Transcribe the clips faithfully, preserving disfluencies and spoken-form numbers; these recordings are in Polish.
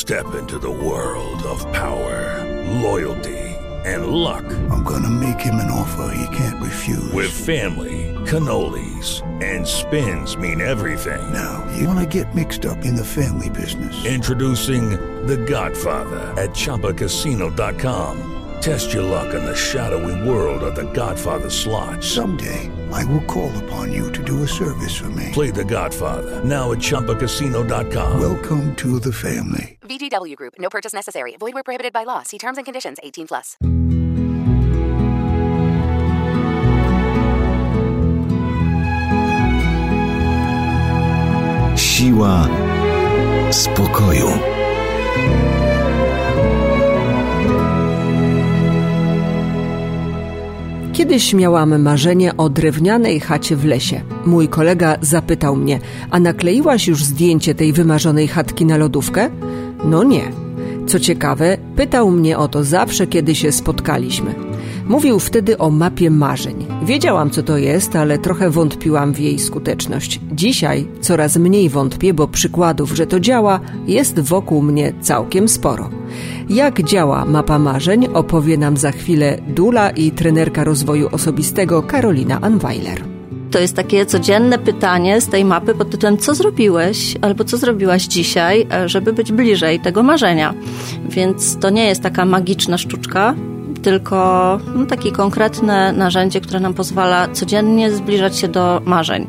Step into the world of power, loyalty, and luck. I'm gonna make him an offer he can't refuse. With family, cannolis, and spins mean everything. Now, you wanna get mixed up in the family business. Introducing The Godfather at Chumba Casino dot com. Test your luck in the shadowy world of The Godfather slot. Someday, I will call upon you to do a service for me. Play The Godfather now at Chumba Casino dot com. Welcome to the family. V G W Group. No purchase necessary. Void where prohibited by law. See terms and conditions. eighteen plus. Siła spokoju. Kiedyś miałam marzenie o drewnianej chacie w lesie. Mój kolega zapytał mnie, a nakleiłaś już zdjęcie tej wymarzonej chatki na lodówkę? No nie. Co ciekawe, pytał mnie o to zawsze, kiedy się spotkaliśmy. Mówił wtedy o mapie marzeń. Wiedziałam, co to jest, ale trochę wątpiłam w jej skuteczność. Dzisiaj coraz mniej wątpię, bo przykładów, że to działa, jest wokół mnie całkiem sporo. Jak działa mapa marzeń, opowie nam za chwilę dula i trenerka rozwoju osobistego Karolina Anweiler. To jest takie codzienne pytanie z tej mapy pod tytułem co zrobiłeś albo co zrobiłaś dzisiaj, żeby być bliżej tego marzenia. Więc to nie jest taka magiczna sztuczka, tylko no, takie konkretne narzędzie, które nam pozwala codziennie zbliżać się do marzeń.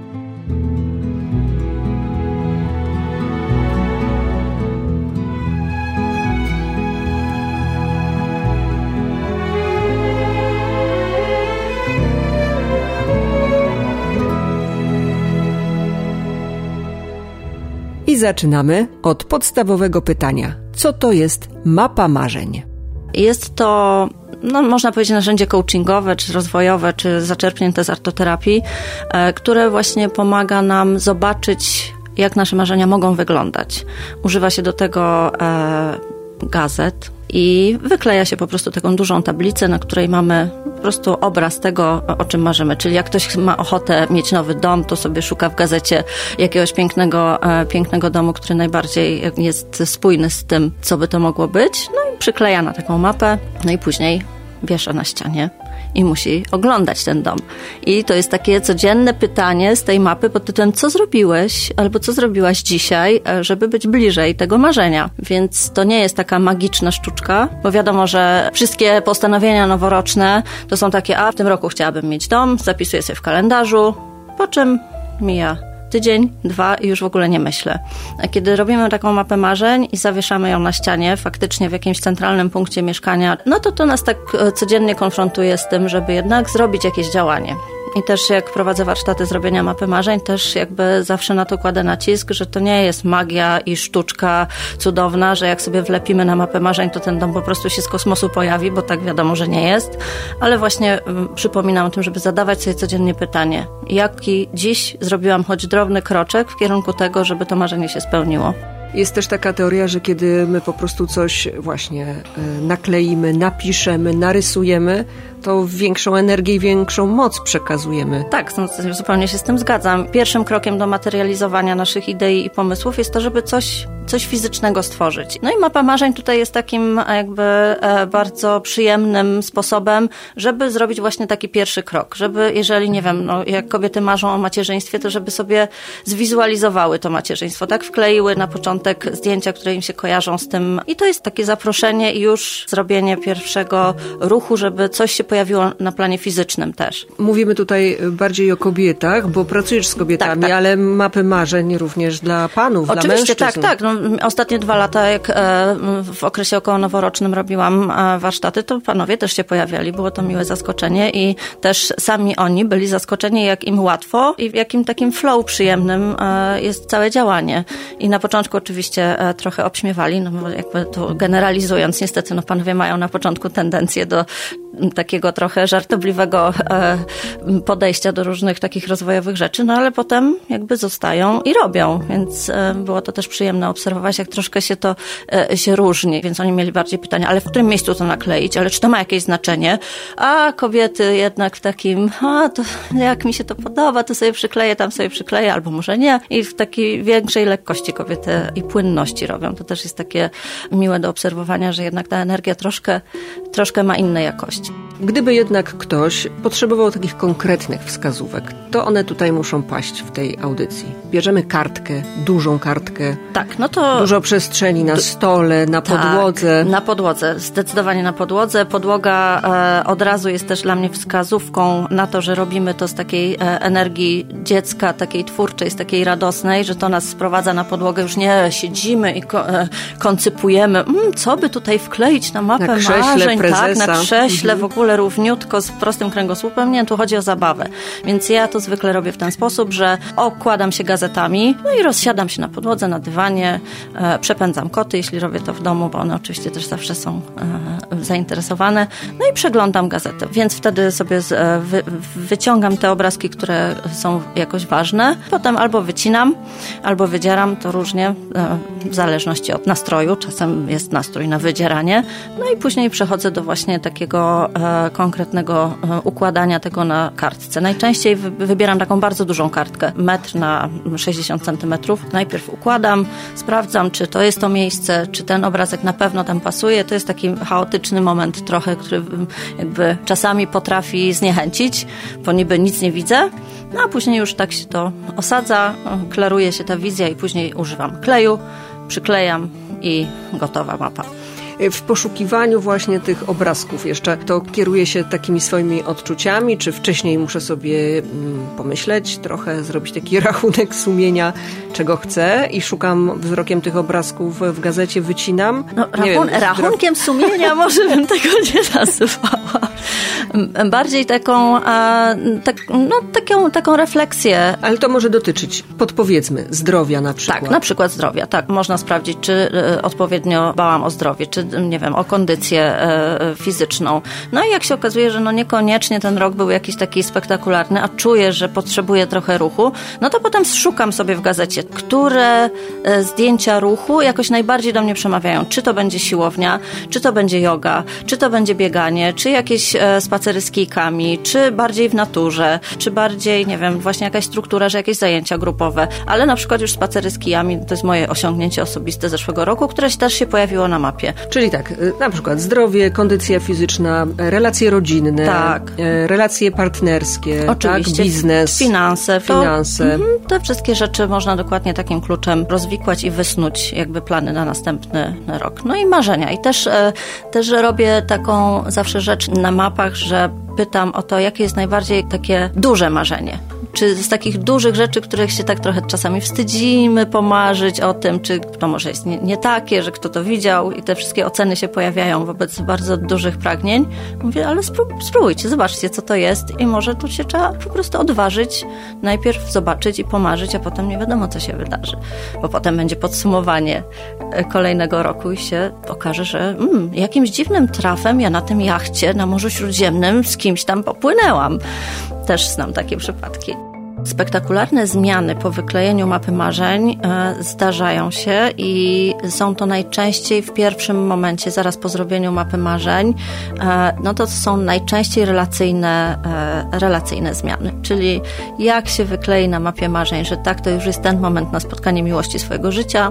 I zaczynamy od podstawowego pytania. Co to jest mapa marzeń? Jest to, no, można powiedzieć, narzędzie coachingowe, czy rozwojowe, czy zaczerpnięte z artoterapii, e, które właśnie pomaga nam zobaczyć, jak nasze marzenia mogą wyglądać. Używa się do tego e, gazet i wykleja się po prostu taką dużą tablicę, na której mamy po prostu obraz tego, o czym marzymy. Czyli jak ktoś ma ochotę mieć nowy dom, to sobie szuka w gazecie jakiegoś pięknego, e, pięknego domu, który najbardziej jest spójny z tym, co by to mogło być. No i przykleja na taką mapę, no i później wiesza na ścianie i musi oglądać ten dom. I to jest takie codzienne pytanie z tej mapy pod tytułem co zrobiłeś albo co zrobiłaś dzisiaj, żeby być bliżej tego marzenia. Więc to nie jest taka magiczna sztuczka, bo wiadomo, że wszystkie postanowienia noworoczne to są takie, a w tym roku chciałabym mieć dom, zapisuję sobie w kalendarzu, po czym mija tydzień, dwa i już w ogóle nie myślę. A kiedy robimy taką mapę marzeń i zawieszamy ją na ścianie, faktycznie w jakimś centralnym punkcie mieszkania, no to to nas tak codziennie konfrontuje z tym, żeby jednak zrobić jakieś działanie. I też jak prowadzę warsztaty zrobienia mapy marzeń, też jakby zawsze na to kładę nacisk, że to nie jest magia i sztuczka cudowna, że jak sobie wlepimy na mapę marzeń, to ten dom po prostu się z kosmosu pojawi, bo tak wiadomo, że nie jest. Ale właśnie um, przypominam o tym, żeby zadawać sobie codziennie pytanie, jaki dziś zrobiłam choć drobny kroczek w kierunku tego, żeby to marzenie się spełniło. Jest też taka teoria, że kiedy my po prostu coś właśnie nakleimy, napiszemy, narysujemy, to większą energię i większą moc przekazujemy. Tak, zupełnie się z tym zgadzam. Pierwszym krokiem do materializowania naszych idei i pomysłów jest to, żeby coś, coś fizycznego stworzyć. No i mapa marzeń tutaj jest takim jakby bardzo przyjemnym sposobem, żeby zrobić właśnie taki pierwszy krok. Żeby, jeżeli, nie wiem, no, jak kobiety marzą o macierzyństwie, to żeby sobie zwizualizowały to macierzyństwo, tak? Wkleiły na początek zdjęcia, które im się kojarzą z tym. I to jest takie zaproszenie i już zrobienie pierwszego ruchu, żeby coś się pojawiło na planie fizycznym też. Mówimy tutaj bardziej o kobietach, bo pracujesz z kobietami, tak, tak. Ale mapy marzeń również dla panów, oczywiście, dla mężczyzn. Oczywiście, tak, tak. No, ostatnie dwa lata, jak e, w okresie okołonoworocznym robiłam e, warsztaty, to panowie też się pojawiali. Było to miłe zaskoczenie i też sami oni byli zaskoczeni, jak im łatwo i w jakim takim flow przyjemnym e, jest całe działanie. I na początku oczywiście e, trochę obśmiewali, no bo jakby to generalizując, niestety no panowie mają na początku tendencję do takiego trochę żartobliwego e, podejścia do różnych takich rozwojowych rzeczy, no ale potem jakby zostają i robią, więc e, było to też przyjemne obserwować, jak troszkę się to e, się różni, więc oni mieli bardziej pytania, ale w którym miejscu to nakleić, ale czy to ma jakieś znaczenie? A kobiety jednak w takim, a to jak mi się to podoba, to sobie przykleję, tam sobie przykleję, albo może nie. I w takiej większej lekkości kobiety i płynności robią. To też jest takie miłe do obserwowania, że jednak ta energia troszkę, troszkę ma inne jakości. Gdyby jednak ktoś potrzebował takich konkretnych wskazówek, to one tutaj muszą paść w tej audycji. Bierzemy kartkę, dużą kartkę. Tak, no to... Dużo przestrzeni na stole, na tak, podłodze. Na podłodze, zdecydowanie na podłodze. Podłoga e, od razu jest też dla mnie wskazówką na to, że robimy to z takiej e, energii dziecka, takiej twórczej, z takiej radosnej, że to nas sprowadza na podłogę. Już nie siedzimy i ko, e, koncypujemy, mm, co by tutaj wkleić na mapę na krześle marzeń. prezesa. Tak, na krześle, mhm. w ogóle równiutko, z prostym kręgosłupem. Nie, tu chodzi o zabawę. Więc ja to zwykle robię w ten sposób, że okładam się gazetami, no i rozsiadam się na podłodze, na dywanie, e, przepędzam koty, jeśli robię to w domu, bo one oczywiście też zawsze są e, zainteresowane. No i przeglądam gazetę. Więc wtedy sobie z, e, wy, wyciągam te obrazki, które są jakoś ważne. Potem albo wycinam, albo wydzieram, to różnie, e, w zależności od nastroju. Czasem jest nastrój na wydzieranie. No i później przechodzę do właśnie takiego e, konkretnego e, układania tego na kartce. Najczęściej wy, wybieram taką bardzo dużą kartkę, metr na sześćdziesiąt centymetrów. Najpierw układam, sprawdzam, czy to jest to miejsce, czy ten obrazek na pewno tam pasuje. To jest taki chaotyczny moment trochę, który jakby czasami potrafi zniechęcić, bo niby nic nie widzę, no a później już tak się to osadza, klaruje się ta wizja i później używam kleju, przyklejam i gotowa mapa. W poszukiwaniu właśnie tych obrazków jeszcze, to kieruję się takimi swoimi odczuciami, czy wcześniej muszę sobie mm, pomyśleć, trochę zrobić taki rachunek sumienia, czego chcę i szukam wzrokiem tych obrazków w gazecie, wycinam. No, rachun- wiem, rachunkiem zdro... sumienia może bym tego nie nazywała. Bardziej taką, a, tak, no, taką, taką refleksję. Ale to może dotyczyć, podpowiedzmy, zdrowia na przykład. Tak, na przykład zdrowia. Tak, można sprawdzić, czy y, odpowiednio dbałam o zdrowie, czy nie wiem, o kondycję y, fizyczną. No i jak się okazuje, że no niekoniecznie ten rok był jakiś taki spektakularny, a czuję, że potrzebuję trochę ruchu, no to potem szukam sobie w gazecie, które y, zdjęcia ruchu jakoś najbardziej do mnie przemawiają. Czy to będzie siłownia, czy to będzie joga, czy to będzie bieganie, czy jakieś y, spacery z kijkami, czy bardziej w naturze, czy bardziej, nie wiem, właśnie jakaś struktura, że jakieś zajęcia grupowe, ale na przykład już spacery z kijami, to jest moje osiągnięcie osobiste zeszłego roku, które też się pojawiło na mapie. Czyli tak, na przykład zdrowie, kondycja fizyczna, relacje rodzinne, tak. relacje partnerskie, oczywiście, tak, biznes, finanse. To, finanse. Mm, te wszystkie rzeczy można dokładnie takim kluczem rozwikłać i wysnuć jakby plany na następny rok. No i marzenia. I też, też robię taką zawsze rzecz na mapach, że pytam o to, jakie jest najbardziej takie duże marzenie. Czy z takich dużych rzeczy, których się tak trochę czasami wstydzimy pomarzyć o tym, czy to może jest nie, nie takie, że kto to widział i te wszystkie oceny się pojawiają wobec bardzo dużych pragnień. Mówię, ale spróbujcie, zobaczcie, co to jest i może tu się trzeba po prostu odważyć, najpierw zobaczyć i pomarzyć, a potem nie wiadomo, co się wydarzy. Bo potem będzie podsumowanie kolejnego roku i się okaże, że mm, jakimś dziwnym trafem ja na tym jachcie na Morzu Śródziemnym z kimś tam popłynęłam. Też znam takie przypadki. Spektakularne zmiany po wyklejeniu mapy marzeń e, zdarzają się i są to najczęściej w pierwszym momencie, zaraz po zrobieniu mapy marzeń, e, no to są najczęściej relacyjne, e, relacyjne zmiany. Czyli jak się wyklei na mapie marzeń, że tak, to już jest ten moment na spotkanie miłości swojego życia,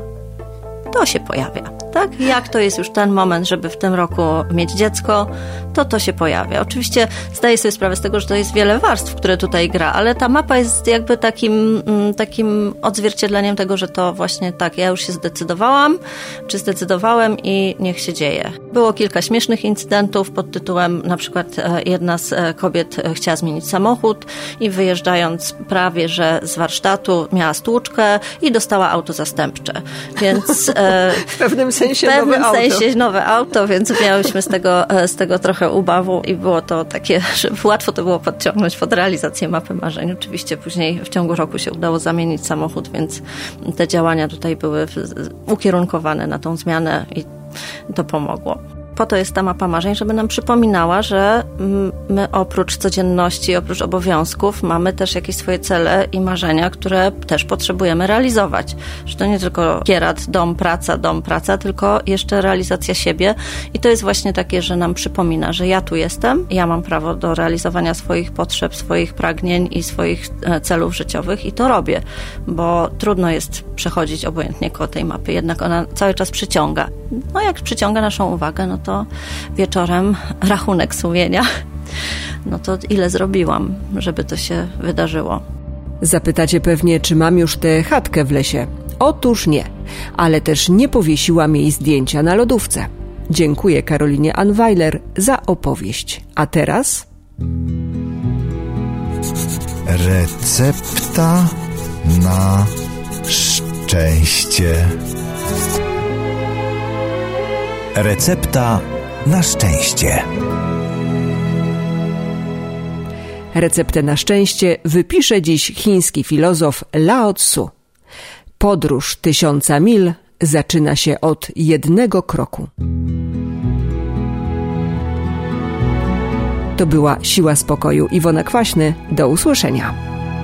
to się pojawia. Tak? Jak to jest już ten moment, żeby w tym roku mieć dziecko, to to się pojawia. Oczywiście zdaję sobie sprawę z tego, że to jest wiele warstw, które tutaj gra, ale ta mapa jest jakby takim, takim odzwierciedleniem tego, że to właśnie tak, ja już się zdecydowałam, czy zdecydowałem i niech się dzieje. Było kilka śmiesznych incydentów pod tytułem, na przykład jedna z kobiet chciała zmienić samochód i wyjeżdżając prawie, że z warsztatu miała stłuczkę i dostała auto zastępcze. Więc w pewnym sensie W pewnym nowe sensie auto. nowe auto, więc miałyśmy z tego, z tego trochę ubawu i było to takie, że łatwo to było podciągnąć pod realizację mapy marzeń. Oczywiście później w ciągu roku się udało zamienić samochód, więc te działania tutaj były ukierunkowane na tą zmianę i to pomogło. Po to jest ta mapa marzeń, żeby nam przypominała, że my oprócz codzienności, oprócz obowiązków mamy też jakieś swoje cele i marzenia, które też potrzebujemy realizować. Że to nie tylko kierat, dom, praca, dom, praca, tylko jeszcze realizacja siebie. I to jest właśnie takie, że nam przypomina, że ja tu jestem, ja mam prawo do realizowania swoich potrzeb, swoich pragnień i swoich celów życiowych i to robię, bo trudno jest przechodzić obojętnie koło tej mapy, jednak ona cały czas przyciąga. No jak przyciąga naszą uwagę, no to wieczorem rachunek sumienia, no to ile zrobiłam, żeby to się wydarzyło. Zapytacie pewnie, czy mam już tę chatkę w lesie. Otóż nie, ale też nie powiesiłam jej zdjęcia na lodówce. Dziękuję Karolinie Anweiler za opowieść. A teraz... Recepta na szczęście. Recepta na szczęście. Receptę na szczęście wypisze dziś chiński filozof Lao Tzu. Podróż tysiąca mil zaczyna się od jednego kroku. To była Siła Spokoju. Iwona Kwaśny. Do usłyszenia.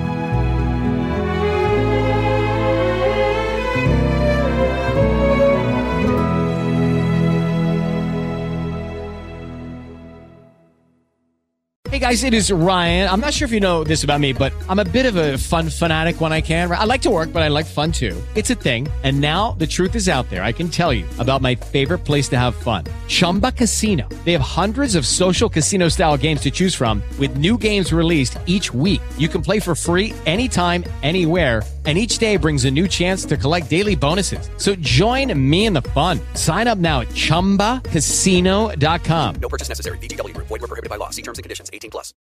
Hey guys, it is Ryan. I'm not sure if you know this about me, but I'm a bit of a fun fanatic when I can. I like to work, but I like fun too. It's a thing. And now the truth is out there. I can tell you about my favorite place to have fun. Chumba Casino. They have hundreds of social casino style games to choose from with new games released each week. You can play for free anytime, anywhere. And each day brings a new chance to collect daily bonuses. So join me in the fun. Sign up now at chumba casino dot com. No purchase necessary. V G W Group. Void where prohibited by law. See terms and conditions. eighteen plus.